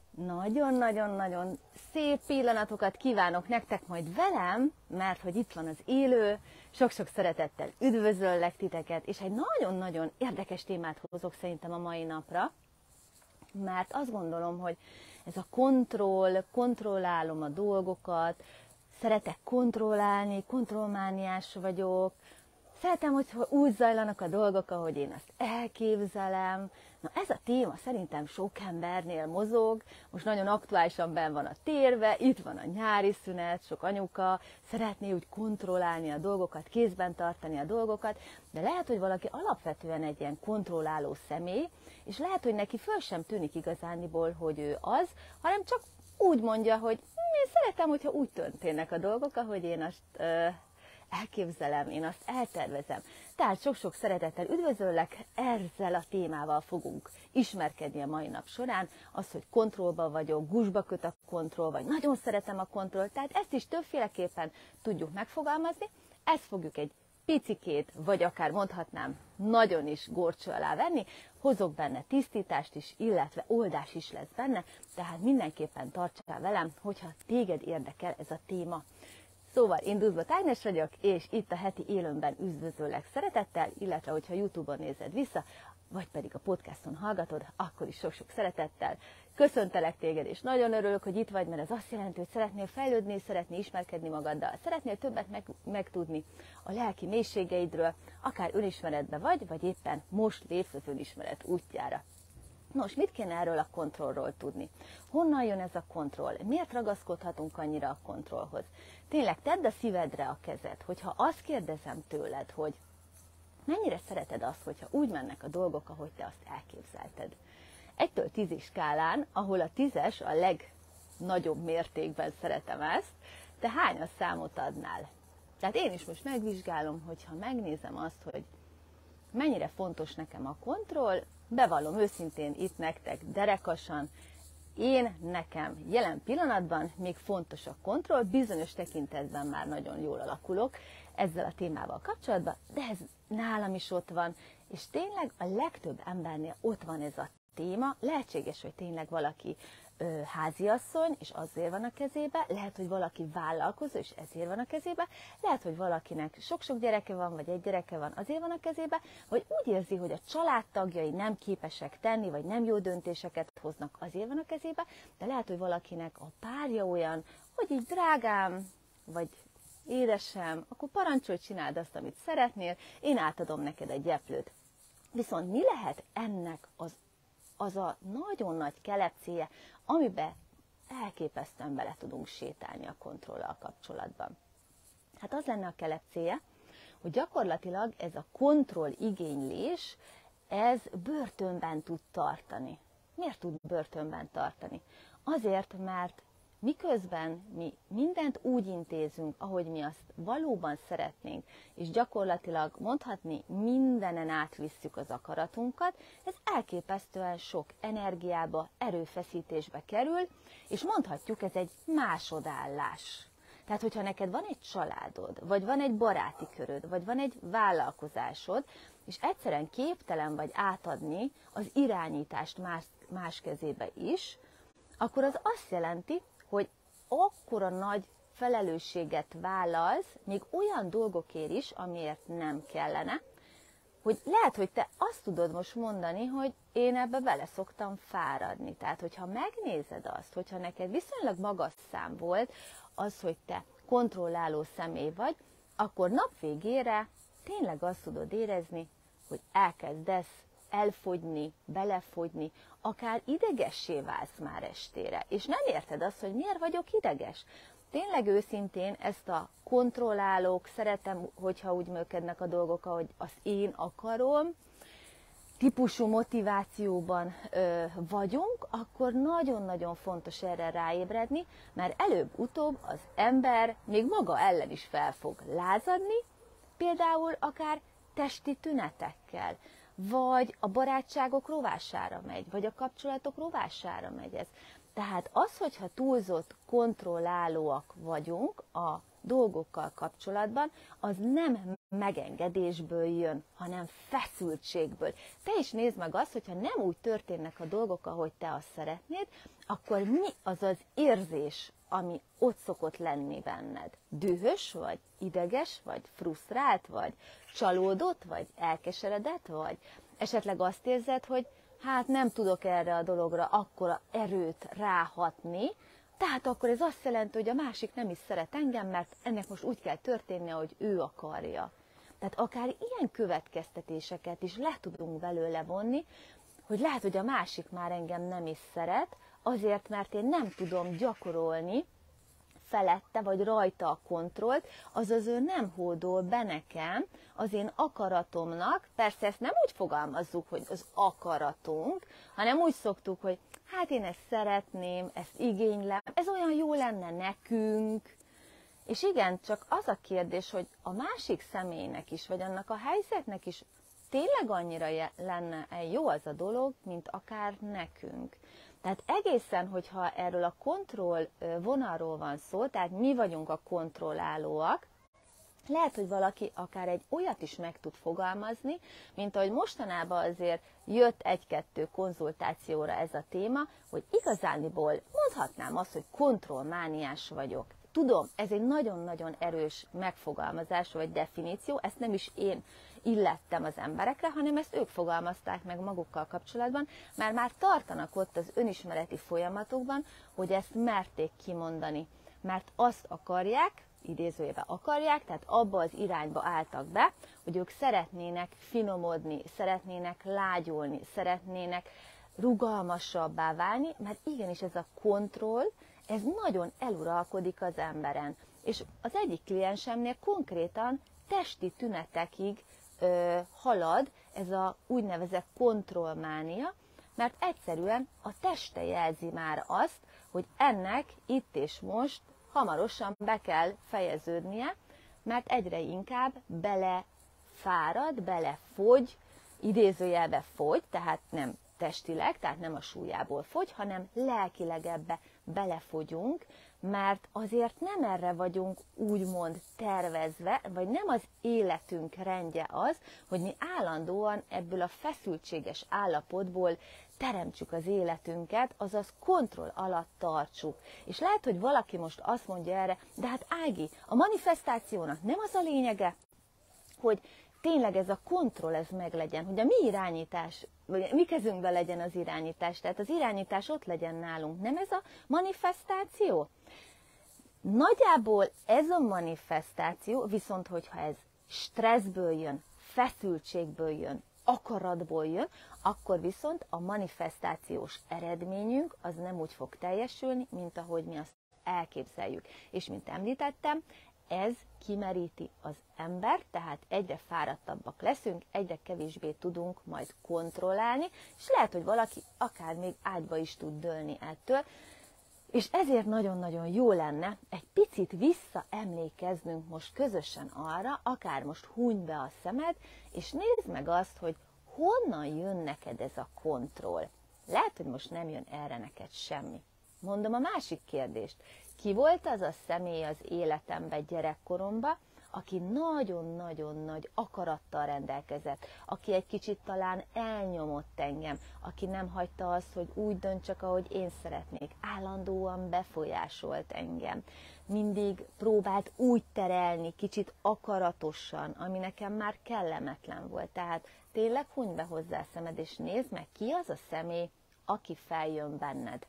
Nagyon-nagyon-nagyon szép pillanatokat kívánok nektek majd velem, mert hogy itt van az élő, sok-sok szeretettel üdvözöllek titeket, és egy nagyon-nagyon érdekes témát hozok szerintem a mai napra, mert azt gondolom, hogy ez a kontrollálom a dolgokat, szeretek kontrollálni, kontrollmániás vagyok, szeretem, hogyha úgy zajlanak a dolgok, ahogy én azt elképzelem. Na ez a téma szerintem sok embernél mozog, most nagyon aktuálisan benn van a térve, itt van a nyári szünet, sok anyuka szeretné úgy kontrollálni a dolgokat, kézben tartani a dolgokat, de lehet, hogy valaki alapvetően egy ilyen kontrolláló személy, és lehet, hogy neki föl sem tűnik igazániból, hogy ő az, hanem csak úgy mondja, hogy én szeretem, hogyha úgy történnek a dolgok, ahogy én azt elképzelem, én azt eltervezem. Tehát sok-sok szeretettel üdvözöllek, ezzel a témával fogunk ismerkedni a mai nap során. Az, hogy kontrollban vagyok, gúzsba köt a kontroll, vagy nagyon szeretem a kontrollt, tehát ezt is többféleképpen tudjuk megfogalmazni. Ezt fogjuk egy picikét, vagy akár mondhatnám, nagyon is górcső alá venni. Hozok benne tisztítást is, illetve oldás is lesz benne, tehát mindenképpen tartsál velem, hogyha téged érdekel ez a téma. Szóval én Duzbot Ágnes vagyok, és itt a heti élőnben üdvözöllek szeretettel, illetve hogyha YouTube-on nézed vissza, vagy pedig a podcaston hallgatod, akkor is sok-sok szeretettel. Köszöntelek téged, és nagyon örülök, hogy itt vagy, mert ez azt jelenti, hogy szeretnél fejlődni, szeretnél ismerkedni magaddal, szeretnél többet megtudni a lelki mélységeidről, akár önismeretbe vagy éppen most lépsz az önismeret útjára. Nos, mit kéne erről a kontrollról tudni? Honnan jön ez a kontroll? Miért ragaszkodhatunk annyira a kontrollhoz? Tényleg tedd a szívedre a kezed, hogyha azt kérdezem tőled, hogy mennyire szereted azt, hogyha úgy mennek a dolgok, ahogy te azt elképzelted. 1-től 10-ig skálán, ahol a 10-es a legnagyobb mértékben szeretem ezt, te hányas számot adnál? Tehát én is most megvizsgálom, hogyha megnézem azt, hogy mennyire fontos nekem a kontroll, bevallom őszintén itt nektek derekasan, nekem jelen pillanatban még fontos a kontroll, bizonyos tekintetben már nagyon jól alakulok ezzel a témával kapcsolatban, de ez nálam is ott van, és tényleg a legtöbb embernél ott van ez a téma. Lehetséges, hogy tényleg valaki háziasszony, és azért van a kezébe, lehet, hogy valaki vállalkozó, és ezért van a kezébe, lehet, hogy valakinek sok-sok gyereke van, vagy egy gyereke van, azért van a kezébe, vagy úgy érzi, hogy a családtagjai nem képesek tenni, vagy nem jó döntéseket hoznak, azért van a kezébe, de lehet, hogy valakinek a párja olyan, hogy így drágám, vagy édesem, akkor parancsolj, csináld azt, amit szeretnél, én átadom neked egy gyeplőt. Viszont mi lehet ennek az a nagyon nagy kelepcéje, amiben elképesztően bele tudunk sétálni a kontrollal kapcsolatban. Hát az lenne a kelepcéje, hogy gyakorlatilag ez a kontroll igénylés, ez börtönben tud tartani. Miért tud börtönben tartani? Azért, mert miközben mi mindent úgy intézünk, ahogy mi azt valóban szeretnénk, és gyakorlatilag mondhatni mindenen átvisszük az akaratunkat, ez elképesztően sok energiába, erőfeszítésbe kerül, és mondhatjuk, ez egy másodállás. Tehát, hogyha neked van egy családod, vagy van egy baráti köröd, vagy van egy vállalkozásod, és egyszerűen képtelen vagy átadni az irányítást más kezébe is, akkor az azt jelenti, hogy akkora nagy felelősséget vállalsz, még olyan dolgokért is, amiért nem kellene, hogy lehet, hogy te azt tudod most mondani, hogy én ebbe bele szoktam fáradni. Tehát, hogyha megnézed azt, hogyha neked viszonylag magas szám volt az, hogy te kontrolláló személy vagy, akkor nap végére tényleg azt tudod érezni, hogy elkezdesz elfogyni, belefogyni, akár idegessé válsz már estére. És nem érted azt, hogy miért vagyok ideges. Tényleg őszintén ezt a kontrollálók, szeretem, hogyha úgy működnek a dolgok, ahogy azt én akarom, típusú motivációban vagyunk, akkor nagyon-nagyon fontos erre ráébredni, mert előbb-utóbb az ember még maga ellen is fel fog lázadni, például akár testi tünetekkel, vagy a barátságok rovására megy, vagy a kapcsolatok rovására megy ez. Tehát az, hogyha túlzott kontrollálóak vagyunk a dolgokkal kapcsolatban, az nem megengedésből jön, hanem feszültségből. Te is nézd meg azt, hogyha nem úgy történnek a dolgok, ahogy te azt szeretnéd, akkor mi az az érzés, ami ott szokott lenni benned? Dühös vagy, ideges vagy, frusztrált vagy, csalódott vagy, elkeseredett vagy? Esetleg azt érzed, hogy hát nem tudok erre a dologra akkora erőt ráhatni, tehát akkor ez azt jelenti, hogy a másik nem is szeret engem, mert ennek most úgy kell történnie, hogy ő akarja. Tehát akár ilyen következtetéseket is le tudunk belőle vonni, hogy lehet, hogy a másik már engem nem is szeret, azért, mert én nem tudom gyakorolni felette, vagy rajta a kontrollt, azaz ő nem hódol be nekem az én akaratomnak, persze ezt nem úgy fogalmazzuk, hogy az akaratunk, hanem úgy szoktuk, hogy hát én ezt szeretném, ezt igénylem, ez olyan jó lenne nekünk. És igen, csak az a kérdés, hogy a másik személynek is, vagy annak a helyzetnek is tényleg annyira lenne jó az a dolog, mint akár nekünk. Tehát egészen, hogyha erről a kontroll vonalról van szó, tehát mi vagyunk a kontrollálóak, lehet, hogy valaki akár egy olyat is meg tud fogalmazni, mint ahogy mostanában azért jött egy-kettő konzultációra ez a téma, hogy igazániból mondhatnám azt, hogy kontrollmániás vagyok. Tudom, ez egy nagyon-nagyon erős megfogalmazás vagy definíció, ezt nem is én illettem az emberekre, hanem ezt ők fogalmazták meg magukkal kapcsolatban, mert már tartanak ott az önismereti folyamatokban, hogy ezt merték kimondani. Mert azt akarják, idézőjében akarják, tehát abba az irányba álltak be, hogy ők szeretnének finomodni, szeretnének lágyulni, szeretnének rugalmasabbá válni, mert igenis ez a kontroll, ez nagyon eluralkodik az emberen. És az egyik kliensemnél konkrétan testi tünetekig halad ez a úgynevezett kontrollmánia, mert egyszerűen a teste jelzi már azt, hogy ennek itt és most hamarosan be kell fejeződnie, mert egyre inkább belefárad, belefogy, idézőjelbe fogy, tehát nem testileg, tehát nem a súlyából fogy, hanem lelkileg ebbe belefogyunk, mert azért nem erre vagyunk úgymond tervezve, vagy nem az életünk rendje az, hogy mi állandóan ebből a feszültséges állapotból teremtsük az életünket, azaz kontroll alatt tartsuk. És lehet, hogy valaki most azt mondja erre, de hát Ági, a manifestációnak nem az a lényege, hogy tényleg ez a kontroll ez meglegyen, hogy a mi irányítás, vagy mi kezünkben legyen az irányítás, tehát az irányítás ott legyen nálunk. Nem ez a manifestáció? Nagyjából ez a manifestáció, viszont hogyha ez stresszből jön, feszültségből jön, akaratból jön, akkor viszont a manifestációs eredményünk az nem úgy fog teljesülni, mint ahogy mi azt elképzeljük. És mint említettem, ez kimeríti az embert, tehát egyre fáradtabbak leszünk, egyre kevésbé tudunk majd kontrollálni, és lehet, hogy valaki akár még ágyba is tud dőlni ettől, és ezért nagyon-nagyon jó lenne egy picit visszaemlékeznünk most közösen arra, akár most hunyd be a szemed, és nézd meg azt, hogy honnan jön neked ez a kontroll. Lehet, hogy most nem jön erre neked semmi. Mondom a másik kérdést. Ki volt az a személy az életemben gyerekkoromban, aki nagyon-nagyon nagy akarattal rendelkezett, aki egy kicsit talán elnyomott engem, aki nem hagyta azt, hogy úgy döntsek, ahogy én szeretnék, állandóan befolyásolt engem, mindig próbált úgy terelni, kicsit akaratosan, ami nekem már kellemetlen volt. Tehát tényleg hunyd be hozzá a szemed, és nézd meg, ki az a személy, aki feljön benned.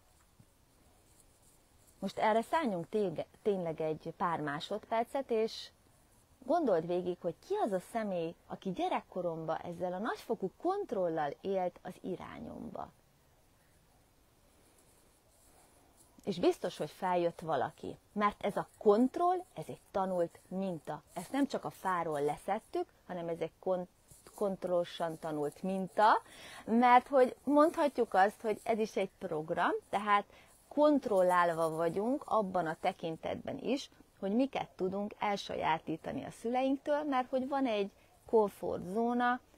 Most erre szálljunk tényleg egy pár másodpercet, és gondold végig, hogy ki az a személy, aki gyerekkoromban ezzel a nagyfokú kontrollal élt az irányomba. És biztos, hogy feljött valaki, mert ez a kontroll, ez egy tanult minta. Ezt nem csak a fáról leszettük, hanem ez egy kontrollosan tanult minta, mert hogy mondhatjuk azt, hogy ez is egy program, tehát kontrollálva vagyunk abban a tekintetben is, hogy miket tudunk elsajátítani a szüleinktől, mert hogy van egy komfortzóna,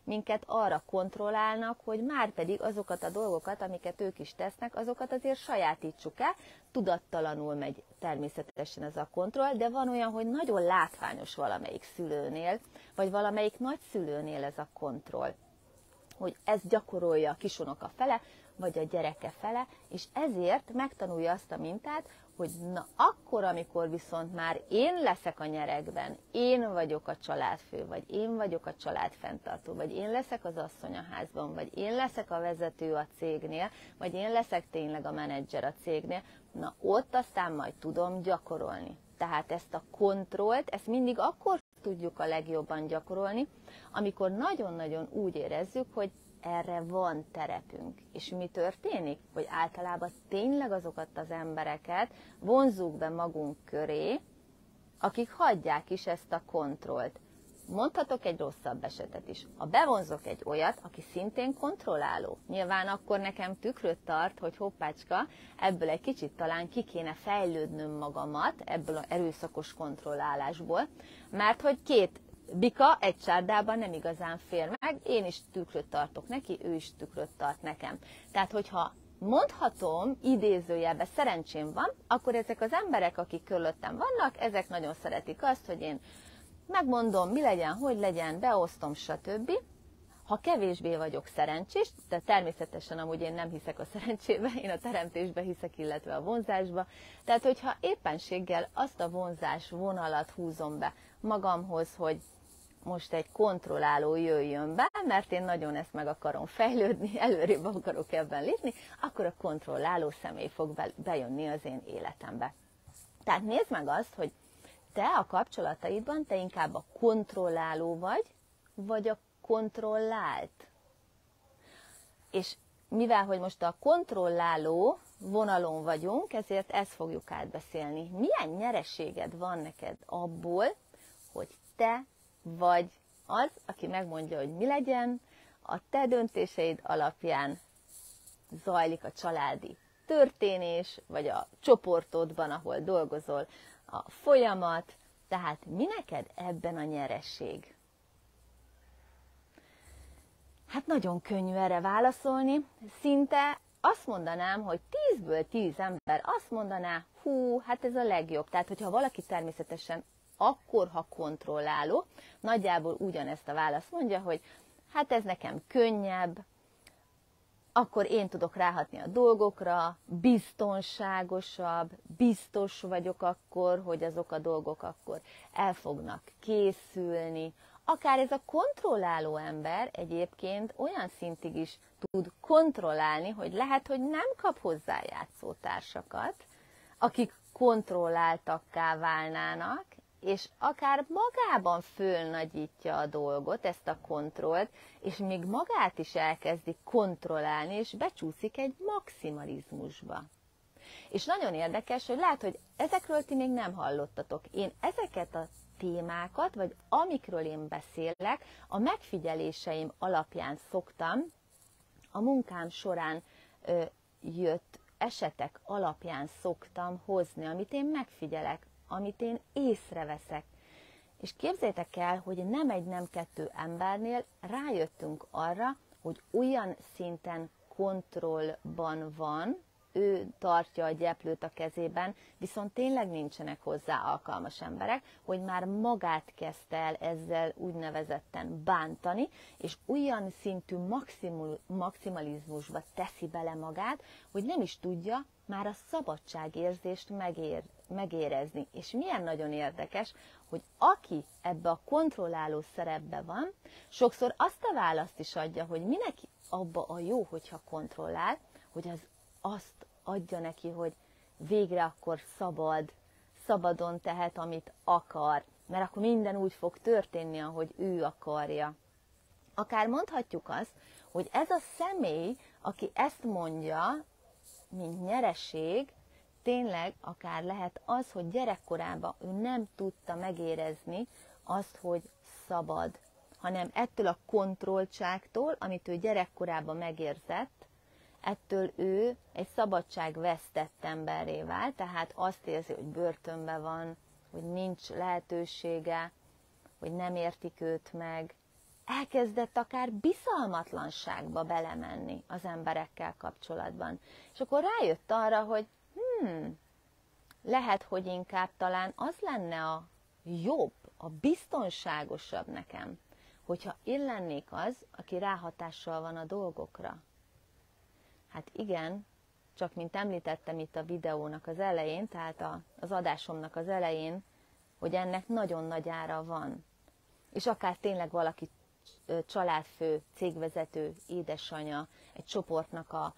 minket arra kontrollálnak, hogy már pedig azokat a dolgokat, amiket ők is tesznek, azokat azért sajátítsuk el. Tudattalanul megy természetesen ez a kontroll, de van olyan, hogy nagyon látványos valamelyik szülőnél, vagy valamelyik nagyszülőnél ez a kontroll, hogy ezt gyakorolja a kisunoka fele, vagy a gyereke fele, és ezért megtanulja azt a mintát, hogy na akkor, amikor viszont már én leszek a nyeregben, én vagyok a családfő, vagy én vagyok a családfenntartó, vagy én leszek az asszony a házban, vagy én leszek a vezető a cégnél, vagy én leszek tényleg a menedzser a cégnél, na ott aztán majd tudom gyakorolni. Tehát ezt a kontrollt, ezt mindig akkor tudjuk a legjobban gyakorolni, amikor nagyon-nagyon úgy érezzük, hogy erre van terepünk. És mi történik? Hogy általában tényleg azokat az embereket vonzzuk be magunk köré, akik hagyják is ezt a kontrollt. Mondhatok egy rosszabb esetet is. Ha bevonzok egy olyat, aki szintén kontrolláló, nyilván akkor nekem tükröt tart, hogy hoppácska, ebből egy kicsit talán ki kéne fejlődnöm magamat, ebből az erőszakos kontrollálásból, mert hogy két bika egy csárdában nem igazán fér meg, én is tükröt tartok neki, ő is tükröt tart nekem. Tehát, hogyha mondhatom, idézőjelben szerencsém van, akkor ezek az emberek, akik körülöttem vannak, ezek nagyon szeretik azt, hogy én megmondom, mi legyen, hogy legyen, beosztom, stb. Ha kevésbé vagyok szerencsés, de természetesen amúgy én nem hiszek a szerencsébe, én a teremtésbe hiszek, illetve a vonzásba. Tehát, hogyha éppenséggel azt a vonzás vonalat húzom be magamhoz, hogy most egy kontrolláló jöjjön be, mert én nagyon ezt meg akarom fejlődni, előrébb akarok ebben lépni, akkor a kontrolláló személy fog bejönni az én életembe. Tehát nézd meg azt, hogy te a kapcsolataidban te inkább a kontrolláló vagy a kontrollált. És mivel, hogy most a kontrolláló vonalon vagyunk, ezért ezt fogjuk átbeszélni. Milyen nyereséged van neked abból, hogy te vagy az, aki megmondja, hogy mi legyen, a te döntéseid alapján zajlik a családi történés, vagy a csoportodban, ahol dolgozol, a folyamat, tehát mi neked ebben a nyeresség? Hát nagyon könnyű erre válaszolni, szinte azt mondanám, hogy 10-ből 10 ember azt mondaná, hú, hát ez a legjobb. Tehát, hogyha valaki természetesen akkor, ha kontrolláló, nagyjából ugyanezt a választ mondja, hogy hát ez nekem könnyebb, akkor én tudok ráhatni a dolgokra, biztonságosabb, biztos vagyok akkor, hogy azok a dolgok akkor el fognak készülni. Akár ez a kontrolláló ember egyébként olyan szintig is tud kontrollálni, hogy lehet, hogy nem kap hozzá játszótársakat, akik kontrolláltakká válnának, és akár magában fölnagyítja a dolgot, ezt a kontrollt, és még magát is elkezdi kontrollálni, és becsúszik egy maximalizmusba. És nagyon érdekes, hogy lehet, hogy ezekről ti még nem hallottatok. Én ezeket a témákat, vagy amikről én beszélek, a megfigyeléseim alapján szoktam, a munkám során jött esetek alapján szoktam hozni, amit én megfigyelek, amit én észreveszek. És képzeljétek el, hogy nem egy, nem kettő embernél rájöttünk arra, hogy olyan szinten kontrollban van, ő tartja a gyeplőt a kezében, viszont tényleg nincsenek hozzá alkalmas emberek, hogy már magát kezdte el ezzel úgynevezetten bántani, és olyan szintű maximalizmusba teszi bele magát, hogy nem is tudja már a szabadságérzést megérezni. És milyen nagyon érdekes, hogy aki ebbe a kontrolláló szerepbe van, sokszor azt a választ is adja, hogy mindenki abba a jó, hogyha kontrollál, hogy az azt adja neki, hogy végre akkor szabadon tehet, amit akar, mert akkor minden úgy fog történni, ahogy ő akarja. Akár mondhatjuk azt, hogy ez a személy, aki ezt mondja, mint nyereség, tényleg akár lehet az, hogy gyerekkorában ő nem tudta megérezni azt, hogy szabad, hanem ettől a kontrolltságtól, amit ő gyerekkorában megérzett, ettől ő egy szabadságvesztett emberré vált, tehát azt érzi, hogy börtönben van, hogy nincs lehetősége, hogy nem értik őt meg. elkezdett akár bizalmatlanságba belemenni az emberekkel kapcsolatban. És akkor rájött arra, hogy lehet, hogy inkább talán az lenne a jobb, a biztonságosabb nekem, hogyha én lennék az, aki ráhatással van a dolgokra. Hát igen, csak mint említettem itt a videónak az elején, tehát az adásomnak az elején, hogy ennek nagyon nagy ára van. És akár tényleg valaki családfő, cégvezető, édesanyja, egy csoportnak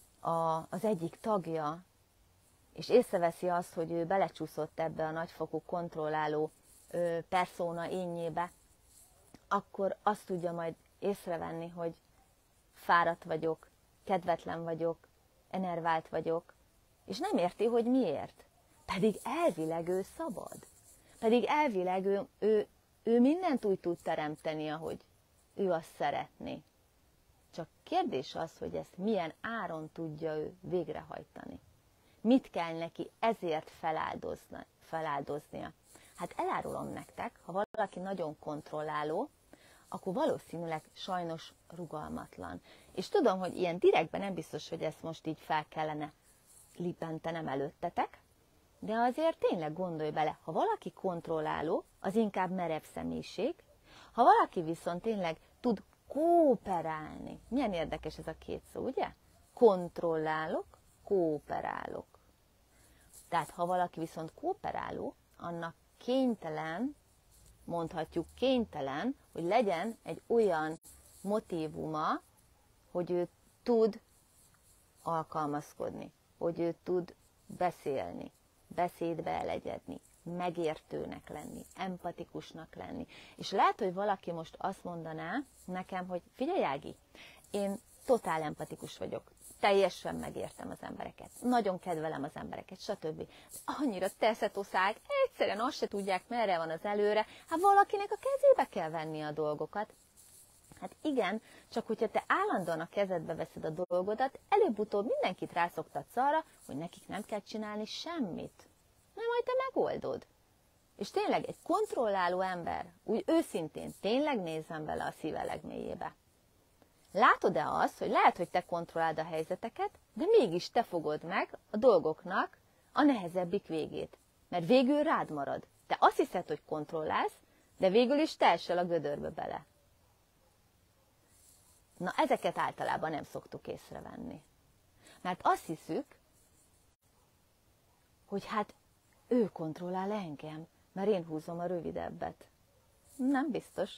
az egyik tagja, és észreveszi azt, hogy ő belecsúszott ebbe a nagyfokú kontrolláló perszóna énjébe, akkor azt tudja majd észrevenni, hogy fáradt vagyok, kedvetlen vagyok, enervált vagyok, és nem érti, hogy miért. Pedig elvileg ő szabad. Pedig elvileg ő mindent úgy tud teremteni, ahogy ő azt szeretné. Csak kérdés az, hogy ezt milyen áron tudja ő végrehajtani. Mit kell neki ezért feláldoznia? Hát elárulom nektek, ha valaki nagyon kontrolláló, akkor valószínűleg sajnos rugalmatlan. És tudom, hogy ilyen direktben nem biztos, hogy ezt most így fel kellene lippentenem előttetek, de azért tényleg gondolj bele, ha valaki kontrolláló, az inkább merev személyiség, ha valaki viszont tényleg tud kooperálni. Milyen érdekes ez a két szó, ugye? Kontrollálok, kooperálok. Tehát ha valaki viszont kooperáló, annak kénytelen, mondhatjuk kénytelen, hogy legyen egy olyan motívuma, hogy ő tud alkalmazkodni, hogy ő tud beszélni, beszédbe elegyedni, megértőnek lenni, empatikusnak lenni. És lehet, hogy valaki most azt mondaná nekem, hogy figyelj Ági, én totál empatikus vagyok, teljesen megértem az embereket, nagyon kedvelem az embereket, stb. Annyira teszetoszák, egyszerűen azt se tudják, merre van az előre, hát valakinek a kezébe kell venni a dolgokat. Hát igen, csak hogyha te állandóan a kezedbe veszed a dolgodat, előbb-utóbb mindenkit rászoktatsz arra, hogy nekik nem kell csinálni semmit. Na majd te megoldod. És tényleg egy kontrolláló ember, úgy őszintén tényleg nézzen bele a szíve legmélyébe. Látod-e azt, hogy lehet, hogy te kontrolláld a helyzeteket, de mégis te fogod meg a dolgoknak a nehezebbik végét. Mert végül rád marad. Te azt hiszed, hogy kontrollálsz, de végül is te esel a gödörbe bele. Na, ezeket általában nem szoktuk észrevenni. Mert azt hiszük, hogy hát ő kontrollál engem, mert én húzom a rövidebbet. Nem biztos.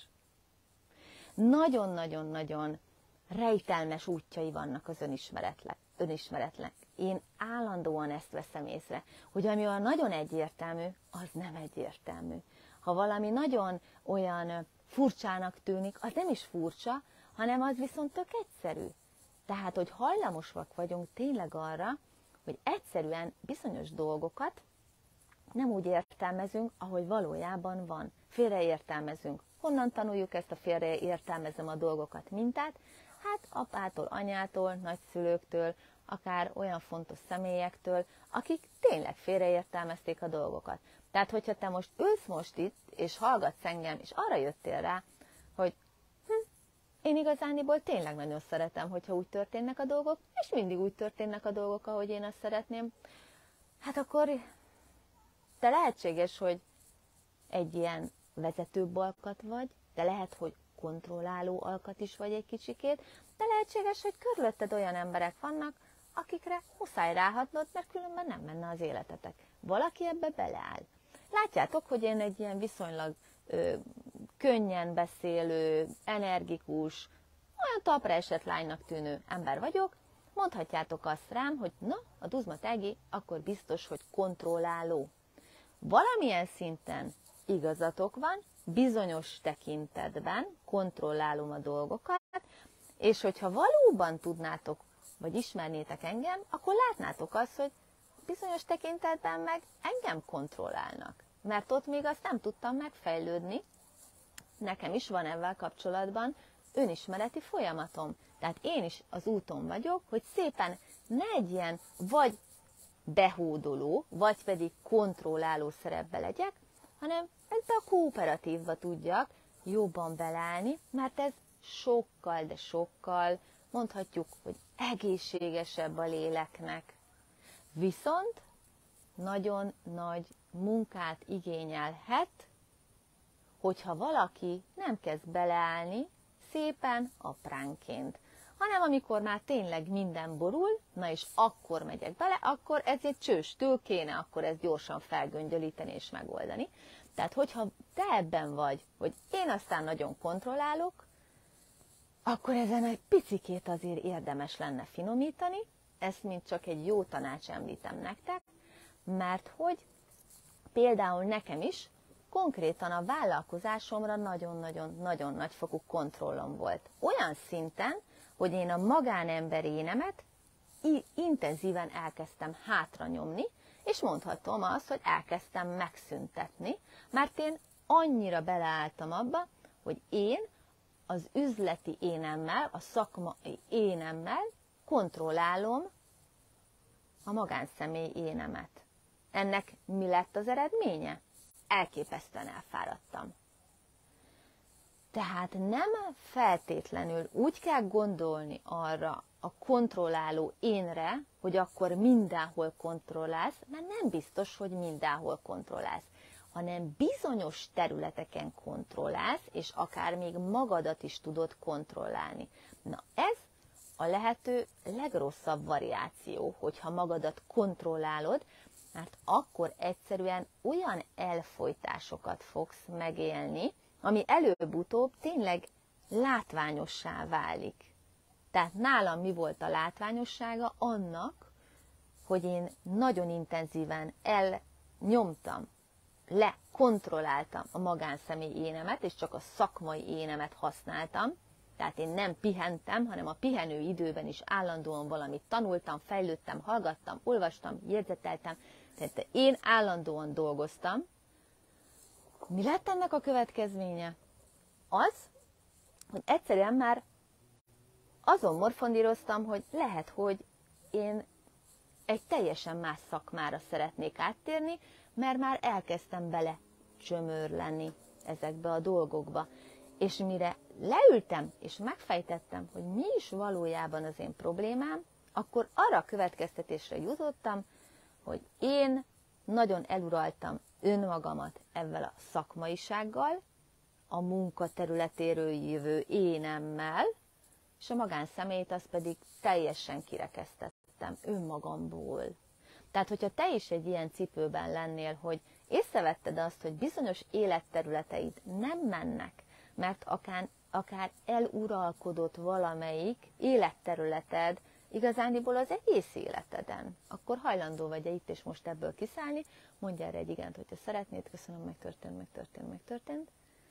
Nagyon-nagyon-nagyon rejtelmes útjai vannak az önismeretnek. Én állandóan ezt veszem észre, hogy ami olyan nagyon egyértelmű, az nem egyértelmű. Ha valami nagyon olyan furcsának tűnik, az nem is furcsa, hanem az viszont tök egyszerű. Tehát, hogy hajlamosak vagyunk tényleg arra, hogy egyszerűen bizonyos dolgokat nem úgy értelmezünk, ahogy valójában van. Félreértelmezünk. Honnan tanuljuk ezt a félreértelmezem a dolgokat mintát? Hát apától, anyától, nagyszülőktől, akár olyan fontos személyektől, akik tényleg félreértelmezték a dolgokat. Tehát, hogyha te most ülsz most itt, és hallgatsz engem, és arra jöttél rá, hogy én igazániból tényleg nagyon szeretem, hogyha úgy történnek a dolgok, és mindig úgy történnek a dolgok, ahogy én azt szeretném, hát akkor te lehetséges, hogy egy ilyen vezetőbb alkat vagy, de lehet, hogy kontrolláló alkat is vagy egy kicsikét, de lehetséges, hogy körülötted olyan emberek vannak, akikre muszáj ráhatnod, mert különben nem menne az életetek. Valaki ebbe beleáll. Látjátok, hogy én egy ilyen viszonylag könnyen beszélő, energikus, olyan talpra esett lánynak tűnő ember vagyok, mondhatjátok azt rám, hogy na, a Duzma Ági akkor biztos, hogy kontrolláló. Valamilyen szinten igazatok van, bizonyos tekintetben kontrollálom a dolgokat, és hogyha valóban tudnátok, vagy ismernétek engem, akkor látnátok azt, hogy bizonyos tekintetben meg engem kontrollálnak. Mert ott még azt nem tudtam megfejlődni, nekem is van ezzel kapcsolatban önismereti folyamatom. Tehát én is az úton vagyok, hogy szépen ne egy ilyen vagy behódoló, vagy pedig kontrolláló szerepbe legyek, hanem ebbe a kooperatívba tudjak jobban beleállni, mert ez sokkal, de sokkal, mondhatjuk, hogy egészségesebb a léleknek. Viszont nagyon nagy munkát igényelhet, hogyha valaki nem kezd beleállni szépen apránként, hanem amikor már tényleg minden borul, na és akkor megyek bele, akkor ez egy csőstől kéne akkor ezt gyorsan felgöngyölíteni és megoldani. Tehát, hogyha te ebben vagy, hogy én aztán nagyon kontrollálok, akkor ezen egy picikét azért érdemes lenne finomítani, ezt mint csak egy jó tanács említem nektek, mert hogy például nekem is konkrétan a vállalkozásomra nagyon-nagyon nagyfokú kontrollom volt. Olyan szinten, hogy én a magánember énemet intenzíven elkezdtem hátra nyomni, és mondhatom azt, hogy elkezdtem megszüntetni, mert én annyira beleálltam abba, hogy én az üzleti énemmel, a szakmai énemmel kontrollálom a magánszemély énemet. Ennek mi lett az eredménye? Elképesztően elfáradtam. Tehát nem feltétlenül úgy kell gondolni arra a kontrolláló énre, hogy akkor mindenhol kontrollálsz, mert nem biztos, hogy mindenhol kontrollálsz, hanem bizonyos területeken kontrollálsz, és akár még magadat is tudod kontrollálni. Na ez a lehető legrosszabb variáció, hogyha magadat kontrollálod, mert akkor egyszerűen olyan elfojtásokat fogsz megélni, ami előbb-utóbb tényleg látványossá válik. Tehát nálam mi volt a látványossága? Annak, hogy én nagyon intenzíven elnyomtam, lekontrolláltam a magánszemély énemet, és csak a szakmai énemet használtam. Tehát én nem pihentem, hanem a pihenő időben is állandóan valamit tanultam, fejlődtem, hallgattam, olvastam, jegyzeteltem. Tehát én állandóan dolgoztam. Mi lett ennek a következménye? Az, hogy egyszerűen már azon morfondíroztam, hogy lehet, hogy én egy teljesen más szakmára szeretnék áttérni, mert már elkezdtem bele csömörleni ezekbe a dolgokba. És mire leültem és megfejtettem, hogy mi is valójában az én problémám, akkor arra a következtetésre jutottam, hogy én nagyon eluraltam önmagamat ezzel a szakmaisággal, a munkaterületéről jövő énemmel, és a magánszemélyt azt pedig teljesen kirekesztettem önmagamból. Tehát, hogyha te is egy ilyen cipőben lennél, hogy észrevetted azt, hogy bizonyos életterületeid nem mennek, mert akár eluralkodott valamelyik életterületed igazándiból az egész életeden, akkor hajlandó vagy-e itt és most ebből kiszállni, mondj erre egy igent, hogyha szeretnéd, köszönöm, megtörtént.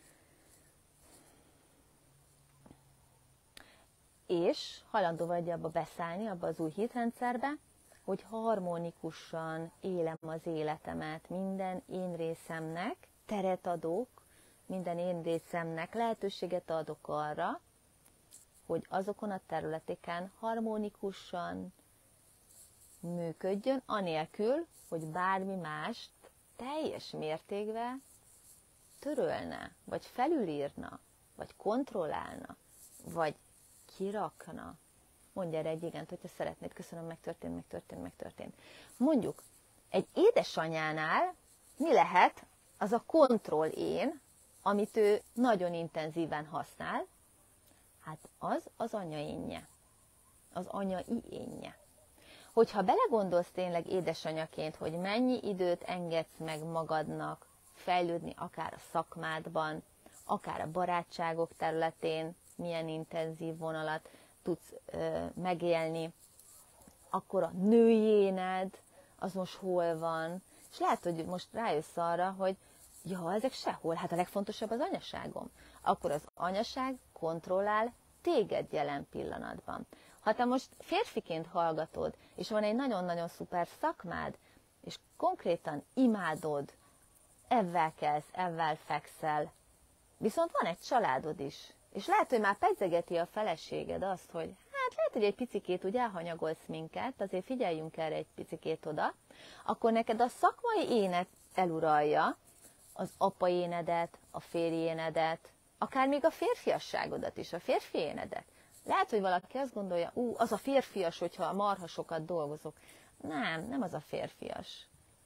És hajlandó vagy abba beszállni, abba az új hitrendszerbe, hogy harmonikusan élem az életemet, minden én részemnek teret adok, minden én részemnek lehetőséget adok arra, hogy azokon a területeken harmonikusan működjön, anélkül, hogy bármi mást teljes mértékben törölne, vagy felülírna, vagy kontrollálna, vagy kirakna. Mondj erre egy igent, hogyha szeretnéd. Köszönöm, megtörtént. Mondjuk, egy édesanyánál mi lehet az a kontroll én, amit ő nagyon intenzíven használ? Hát az anya énje, az anyai énje. Hogyha belegondolsz tényleg édesanyaként, hogy mennyi időt engedsz meg magadnak fejlődni akár a szakmádban, akár a barátságok területén, milyen intenzív vonalat tudsz megélni, akkor a női éned, az most hol van, és lehet, hogy most rájössz arra, hogy ja, ezek sehol, hát a legfontosabb az anyaságom. Akkor az anyaság kontrollál téged jelen pillanatban. Ha te most férfiként hallgatod, és van egy nagyon-nagyon szuper szakmád, és konkrétan imádod, evvel kelsz, evvel fekszel, viszont van egy családod is, és lehet, hogy már pedzegeti a feleséged azt, hogy hát lehet, hogy egy picikét úgy elhanyagolsz minket, azért figyeljünk erre egy picikét oda, akkor neked a szakmai énet eluralja az apa énedet, a férj énedet, akár még a férfiasságodat is, a férfi énedet. Lehet, hogy valaki azt gondolja, az a férfias, hogyha marha sokat dolgozok. Nem az a férfias.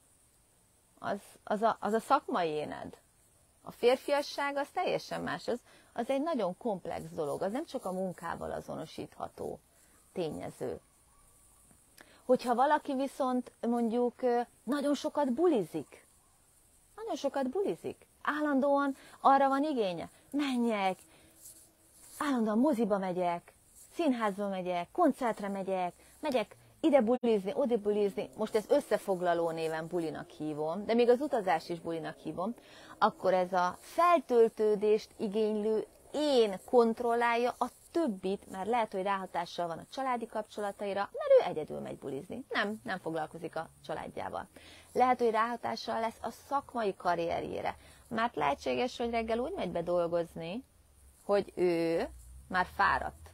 Az a szakmai éned. A férfiasság az teljesen más, az egy nagyon komplex dolog, az nem csak a munkával azonosítható tényező. Hogyha valaki viszont mondjuk nagyon sokat bulizik, állandóan arra van igénye, menjek, állandóan moziba megyek, színházba megyek, koncertre megyek ide bulizni, oda bulizni, most ezt összefoglaló néven bulinak hívom, de még az utazás is bulinak hívom, akkor ez a feltöltődést igénylő én kontrollálja a többit, mert lehet, hogy ráhatással van a családi kapcsolataira, mert ő egyedül megy bulizni, nem foglalkozik a családjával. Lehet, hogy ráhatással lesz a szakmai karrierjére, mert lehetséges, hogy reggel úgy megy be dolgozni, hogy ő már fáradt.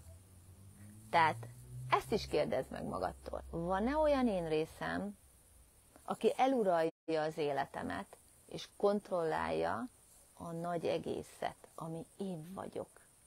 Tehát ezt is kérdezd meg magadtól. Van-e olyan én részem, aki eluralja az életemet, és kontrollálja a nagy egészet, ami én vagyok?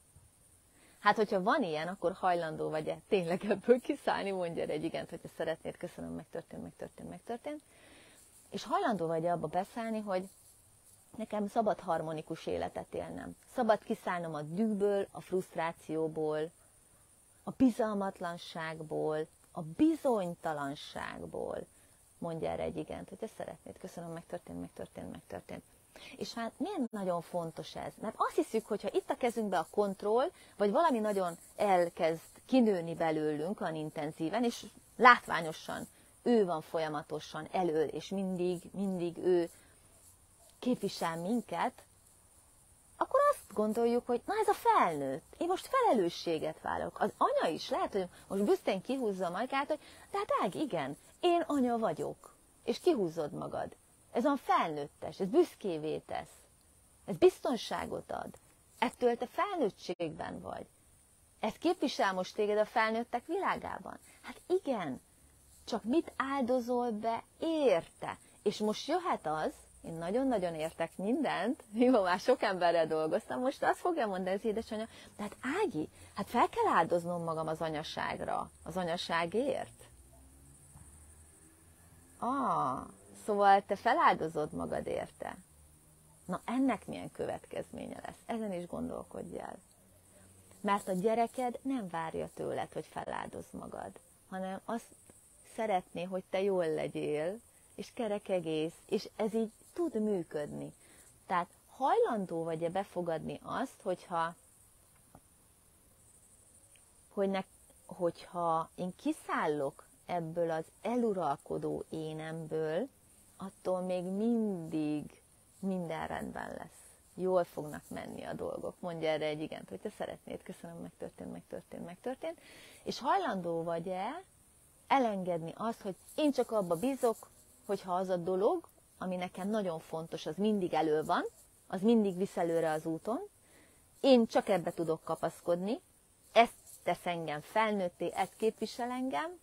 Hát, hogyha van ilyen, akkor hajlandó vagy-e tényleg ebből kiszállni, mondja egy igent, hogyha szeretnéd, köszönöm, megtörtént. És hajlandó vagy-e abba beszállni, hogy nekem szabad harmonikus életet élnem. Szabad kiszállnom a dühből, a frusztrációból, a bizalmatlanságból, a bizonytalanságból. Mondja erre egy igent, hogyha szeretnéd. Köszönöm, megtörtént. És hát miért nagyon fontos ez? Mert azt hiszük, hogyha itt a kezünkbe a kontroll, vagy valami nagyon elkezd kinőni belőlünk olyan intenzíven, és látványosan ő van folyamatosan elől, és mindig ő képvisel minket, akkor azt gondoljuk, hogy na ez a felnőtt, én most felelősséget vállalok. Az anya is lehet, hogy most büszkén kihúzza magát, hogy de hát Ági, igen, én anya vagyok, és kihúzod magad. Ez olyan felnőttes, ez büszkévé tesz, ez biztonságot ad. Ettől te felnőttségben vagy. Ez képvisel most téged a felnőttek világában. Hát igen, csak mit áldozol be érte? És most jöhet az, én nagyon-nagyon értek mindent, mivel már sok emberrel dolgoztam, most azt fogja mondani az édesanyja, de hát Ági, hát fel kell áldoznom magam az anyaságra, az anyaságért. Szóval te feláldozod magad érte. Na ennek milyen következménye lesz? Ezen is gondolkodj el. Mert a gyereked nem várja tőled, hogy feláldozd magad, hanem azt szeretné, hogy te jól legyél, és kerek egész, és ez így tud működni. Tehát hajlandó vagy-e befogadni azt, hogyha én kiszállok ebből az eluralkodó énemből, attól még mindig minden rendben lesz. Jól fognak menni a dolgok. Mondja erre egy igent, hogyha szeretnéd. Köszönöm, megtörtént. És hajlandó vagy-e elengedni azt, hogy én csak abba bízok, hogyha az a dolog, ami nekem nagyon fontos, az mindig elő van, az mindig visz előre az úton, én csak ebbe tudok kapaszkodni, ezt tesz engem felnőtté, ezt képvisel engem,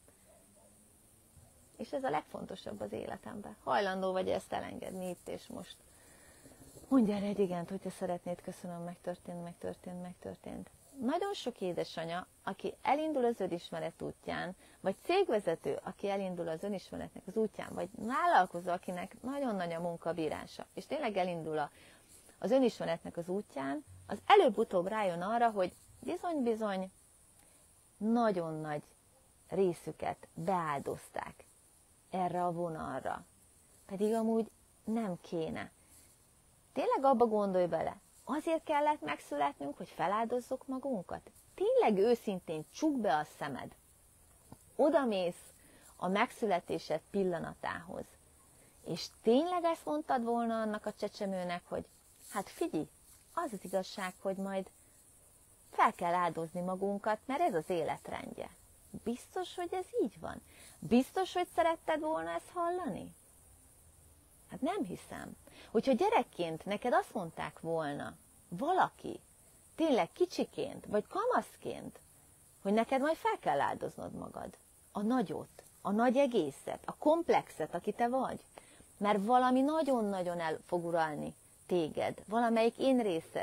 és ez a legfontosabb az életemben. Hajlandó vagy ezt elengedni itt és most. Mondj erre egy igent, hogyha szeretnéd, köszönöm, megtörtént. Nagyon sok édesanya, aki elindul az önismeret útján, vagy cégvezető, aki elindul az önismeretnek az útján, vagy vállalkozó, akinek nagyon nagy a munkabírása, és tényleg elindul az önismeretnek az útján, az előbb-utóbb rájön arra, hogy bizony nagyon nagy részüket beáldozták erre a vonalra. Pedig amúgy nem kéne. Tényleg abba gondolj bele, azért kellett megszületnünk, hogy feláldozzuk magunkat? Tényleg őszintén csukd be a szemed. Odamész a megszületésed pillanatához. És tényleg ezt mondtad volna annak a csecsemőnek, hogy hát figyelj, az az igazság, hogy majd fel kell áldozni magunkat, mert ez az életrendje. Biztos, hogy ez így van? Biztos, hogy szeretted volna ezt hallani? Hát nem hiszem. Hogyha gyerekként neked azt mondták volna, valaki, tényleg kicsiként, vagy kamaszként, hogy neked majd fel kell áldoznod magad. A nagyot, a nagy egészet, a komplexet, aki te vagy. Mert valami nagyon-nagyon el fog uralni téged. Valamelyik én részed,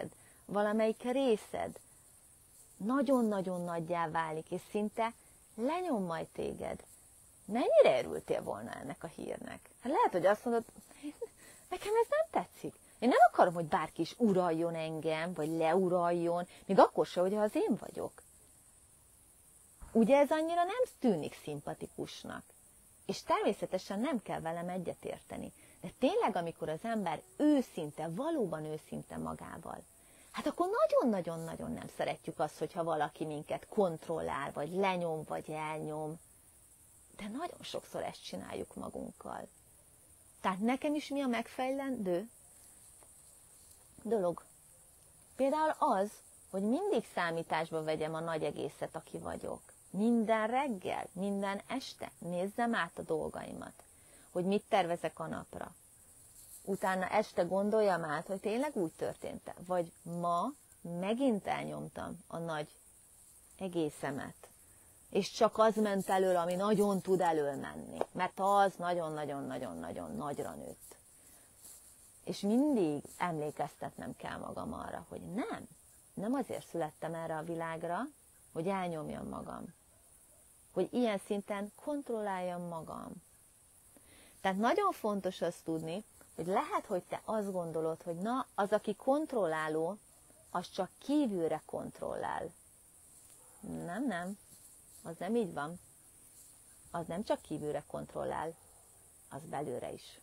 valamelyik részed nagyon-nagyon nagyjá válik, és szinte lenyom majd téged. Mennyire örültél volna ennek a hírnek? Hát lehet, hogy azt mondod, nekem ez nem tetszik. Én nem akarom, hogy bárki is uraljon engem, vagy leuraljon, még akkor se, hogyha az én vagyok. Ugye ez annyira nem tűnik szimpatikusnak. És természetesen nem kell velem egyetérteni. De tényleg, amikor az ember őszinte, valóban őszinte magával, hát akkor nagyon-nagyon-nagyon nem szeretjük azt, hogyha valaki minket kontrollál, vagy lenyom, vagy elnyom. De nagyon sokszor ezt csináljuk magunkkal. Tehát nekem is mi a megfejlendő dolog? Például az, hogy mindig számításba vegyem a nagy egészet, aki vagyok. Minden reggel, minden este nézzem át a dolgaimat, hogy mit tervezek a napra. Utána este gondoljam át, hogy tényleg úgy történt-e, vagy ma megint elnyomtam a nagy egészemet, és csak az ment elől, ami nagyon tud elölmenni, mert az nagyon-nagyon-nagyon-nagyon nagyra nőtt. És mindig emlékeztetnem kell magam arra, hogy nem azért születtem erre a világra, hogy elnyomjam magam, hogy ilyen szinten kontrolláljam magam. Tehát nagyon fontos azt tudni, hogy lehet, hogy te azt gondolod, hogy na, az, aki kontrolláló, az csak kívülre kontrollál. Nem, az nem így van. Az nem csak kívülre kontrollál, az belőle is.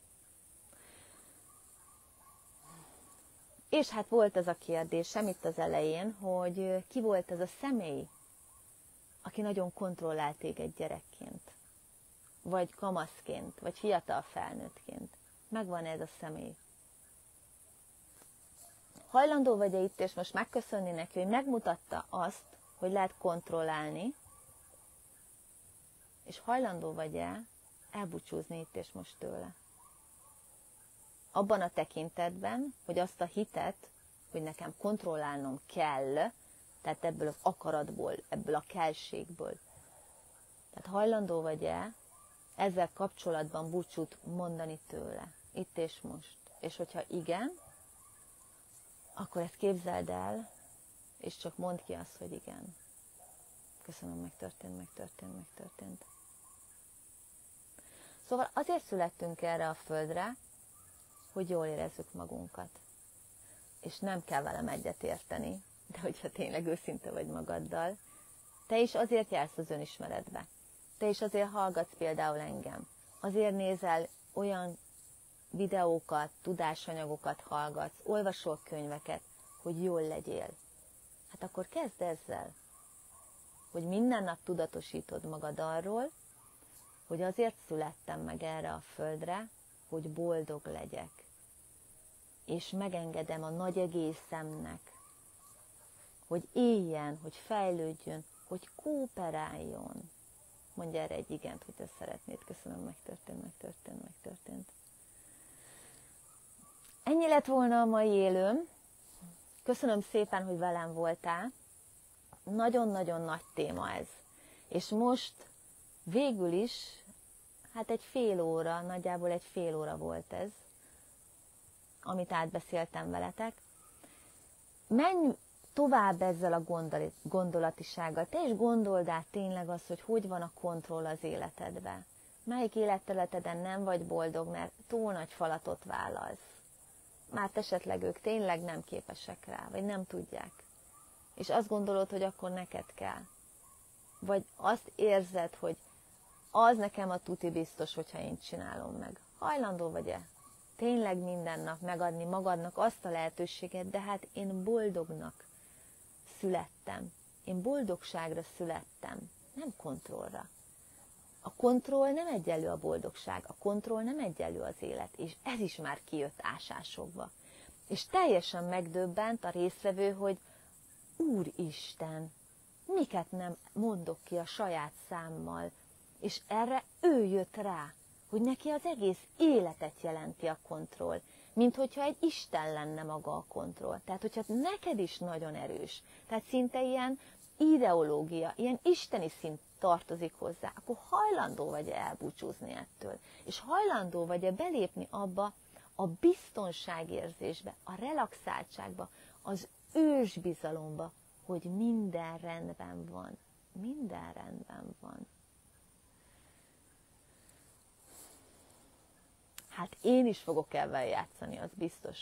És hát volt az a kérdésem itt az elején, hogy ki volt ez a személy, aki nagyon kontrollál téged gyerekként, vagy kamaszként, vagy fiatal felnőttként. Megvan ez a személy. Hajlandó vagy-e itt, és most megköszönni neki, hogy megmutatta azt, hogy lehet kontrollálni, és hajlandó vagy-e elbúcsúzni itt és most tőle. Abban a tekintetben, hogy azt a hitet, hogy nekem kontrollálnom kell, tehát ebből az akaratból, ebből a kellségből. Tehát hajlandó vagy-e ezzel kapcsolatban búcsút mondani tőle, itt és most. És hogyha igen, akkor ezt képzeld el, és csak mondd ki azt, hogy igen. Köszönöm, megtörtént. Szóval azért születtünk erre a földre, hogy jól érezzük magunkat. És nem kell velem egyetérteni, de hogyha tényleg őszinte vagy magaddal, te is azért jársz az önismeretbe. Te is azért hallgatsz például engem. Azért nézel olyan videókat, tudásanyagokat hallgatsz, olvasol könyveket, hogy jól legyél. Hát akkor kezd ezzel, hogy minden nap tudatosítod magad arról, hogy azért születtem meg erre a földre, hogy boldog legyek. És megengedem a nagy egészemnek, hogy éljen, hogy fejlődjön, hogy kooperáljon. Mondj erre egy igent, hogy ezt szeretnéd. Köszönöm, megtörtént. Ennyi lett volna a mai élőm. Köszönöm szépen, hogy velem voltál. Nagyon-nagyon nagy téma ez. És most végül is, hát egy fél óra, nagyjából egy fél óra volt ez, amit átbeszéltem veletek. Menj tovább ezzel a gondolatisággal. Te is gondold át tényleg azt, hogy van a kontroll az életedben. Melyik életterületeden nem vagy boldog, mert túl nagy falatot vállalsz. Már esetleg ők tényleg nem képesek rá, vagy nem tudják. És azt gondolod, hogy akkor neked kell. Vagy azt érzed, hogy az nekem a tuti biztos, hogyha én csinálom meg. Hajlandó vagy-e? Tényleg minden nap megadni magadnak azt a lehetőséget, de hát én boldognak születtem. Én boldogságra születtem, nem kontrollra. A kontroll nem egyenlő a boldogság, a kontroll nem egyenlő az élet, és ez is már kijött ásásokba. És teljesen megdöbbent a résztvevő, hogy Úristen, miket nem mondok ki a saját számmal, és erre ő jött rá, hogy neki az egész életet jelenti a kontroll, mint hogyha egy Isten lenne maga a kontroll. Tehát, hogyha neked is nagyon erős, tehát szinte ilyen ideológia, ilyen isteni szint tartozik hozzá, akkor hajlandó vagy-e elbúcsúzni ettől? És hajlandó vagy-e belépni abba a biztonságérzésbe, a relaxáltságba, az ősbizalomba, hogy minden rendben van. Minden rendben van. Hát én is fogok ebben játszani, az biztos.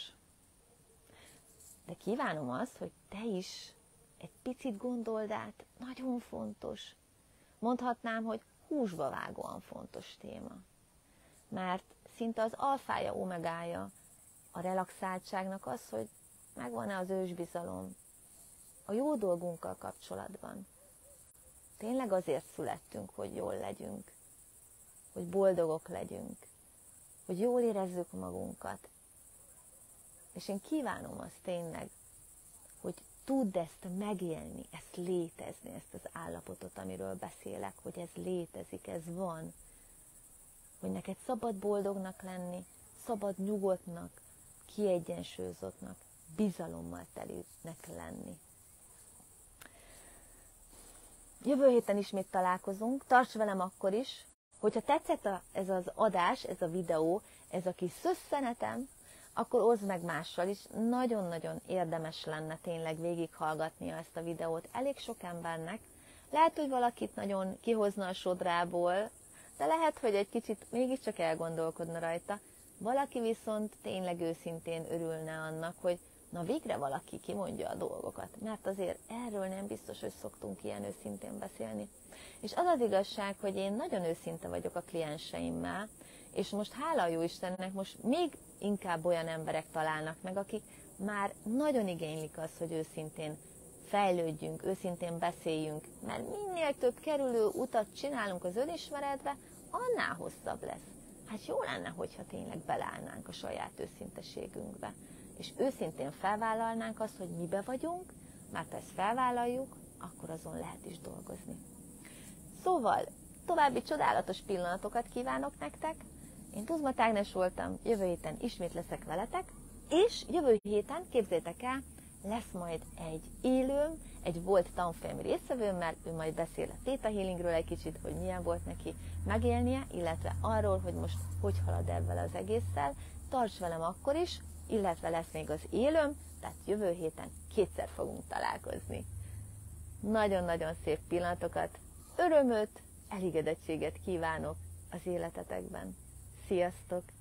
De kívánom azt, hogy te is egy picit gondold át, nagyon fontos. Mondhatnám, hogy húsba vágóan fontos téma. Mert szinte az alfája, omegája a relaxáltságnak az, hogy megvan-e az ősbizalom a jó dolgunkkal kapcsolatban. Tényleg azért születtünk, hogy jól legyünk, hogy boldogok legyünk, hogy jól érezzük magunkat. És én kívánom azt tényleg, hogy tudd ezt megélni, ezt létezni, ezt az állapotot, amiről beszélek, hogy ez létezik, ez van. Hogy neked szabad boldognak lenni, szabad nyugodtnak, kiegyensúlyozottnak, bizalommal telinek lenni. Jövő héten ismét találkozunk, tarts velem akkor is, hogyha tetszett ez az adás, ez a videó, ez a kis szösszenetem, akkor oszd meg mással is. Nagyon-nagyon érdemes lenne tényleg végighallgatnia ezt a videót elég sok embernek. Lehet, hogy valakit nagyon kihozna a sodrából, de lehet, hogy egy kicsit mégiscsak elgondolkodna rajta. Valaki viszont tényleg őszintén örülne annak, hogy na végre valaki kimondja a dolgokat, mert azért erről nem biztos, hogy szoktunk ilyen őszintén beszélni. És az az igazság, hogy én nagyon őszinte vagyok a klienseimmel, és most hála a jó Istennek, most még inkább olyan emberek találnak meg, akik már nagyon igénylik azt, hogy őszintén fejlődjünk, őszintén beszéljünk, mert minél több kerülő utat csinálunk az önismeretbe, annál hosszabb lesz. Hát jó lenne, hogyha tényleg beleállnánk a saját őszinteségünkbe, és őszintén felvállalnánk azt, hogy mibe vagyunk, mert ha ezt felvállaljuk, akkor azon lehet is dolgozni. Szóval, további csodálatos pillanatokat kívánok nektek. Én Tuzma Ágnes voltam, jövő héten ismét leszek veletek, és jövő héten, képzeljétek el, lesz majd egy élőm, egy volt tanfolyami résztvevőmmel, ő majd beszél a Theta Healingről egy kicsit, hogy milyen volt neki megélnie, illetve arról, hogy most hogy halad ebben az egésszel. Tarts velem akkor is, illetve lesz még az élőm, tehát jövő héten kétszer fogunk találkozni. Nagyon-nagyon szép pillanatokat, örömöt, elégedettséget kívánok az életetekben. Sziasztok!